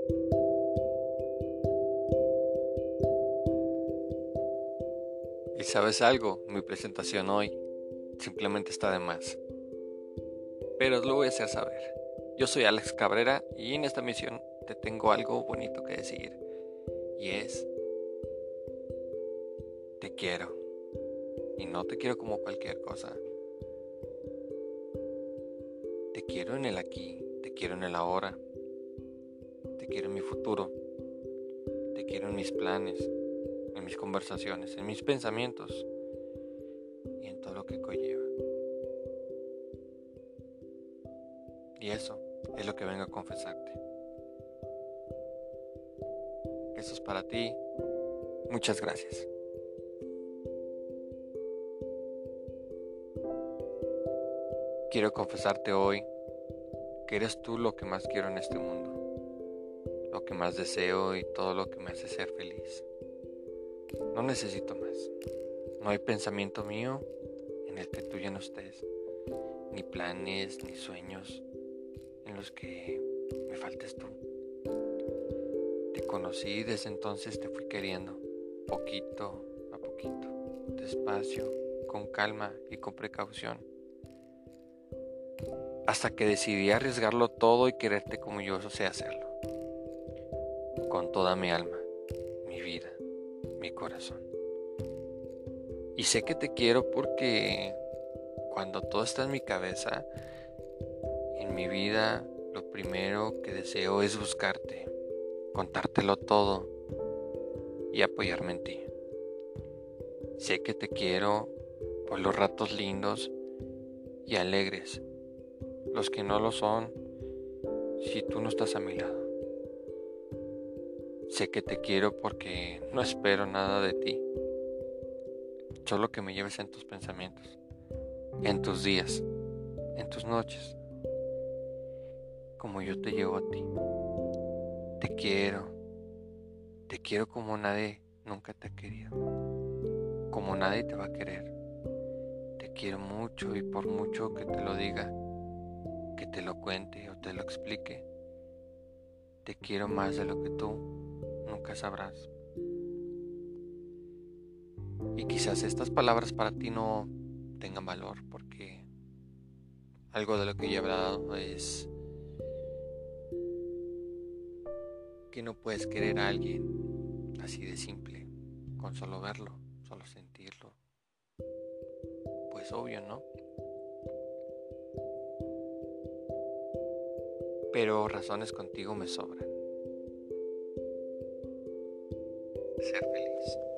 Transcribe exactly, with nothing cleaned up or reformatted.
Y sabes algo, mi presentación hoy simplemente está de más. Pero os lo voy a hacer saber. Yo soy Alex Cabrera y en esta misión te tengo algo bonito que decir. Y es, te quiero. Y no te quiero como cualquier cosa. Te quiero en el aquí, te quiero en el ahora. Te quiero en mi futuro. Te quiero en mis planes, en mis conversaciones, en mis pensamientos y en todo lo que conlleva. Y eso es lo que vengo a confesarte. Eso es para ti. Muchas gracias. Quiero confesarte hoy que eres tú lo que más quiero en este mundo, lo que más deseo y todo lo que me hace ser feliz. No necesito más. No hay pensamiento mío en el que tú ya no estés, ni planes, ni sueños en los que me faltes tú. Te conocí y desde entonces te fui queriendo, poquito a poquito, despacio, con calma y con precaución, hasta que decidí arriesgarlo todo y quererte como yo sé hacerlo, con toda mi alma, mi vida, mi corazón. Y sé que te quiero porque cuando todo está en mi cabeza, en mi vida, lo primero que deseo es buscarte, contártelo todo y apoyarme en ti. Sé que te quiero por los ratos lindos y alegres, los que no lo son si tú no estás a mi lado. Sé que te quiero porque no espero nada de ti, solo que me lleves en tus pensamientos, en tus días, en tus noches, como yo te llevo a ti. Te quiero, te quiero como nadie nunca te ha querido, como nadie te va a querer. Te quiero mucho y por mucho que te lo diga, que te lo cuente o te lo explique, te quiero más de lo que tú nunca sabrás. Y quizás estas palabras para ti no tengan valor porque algo de lo que yo he hablado es que no puedes querer a alguien así de simple, con solo verlo, solo sentirlo. Pues obvio, ¿no? Pero razones contigo me sobran. Ser feliz.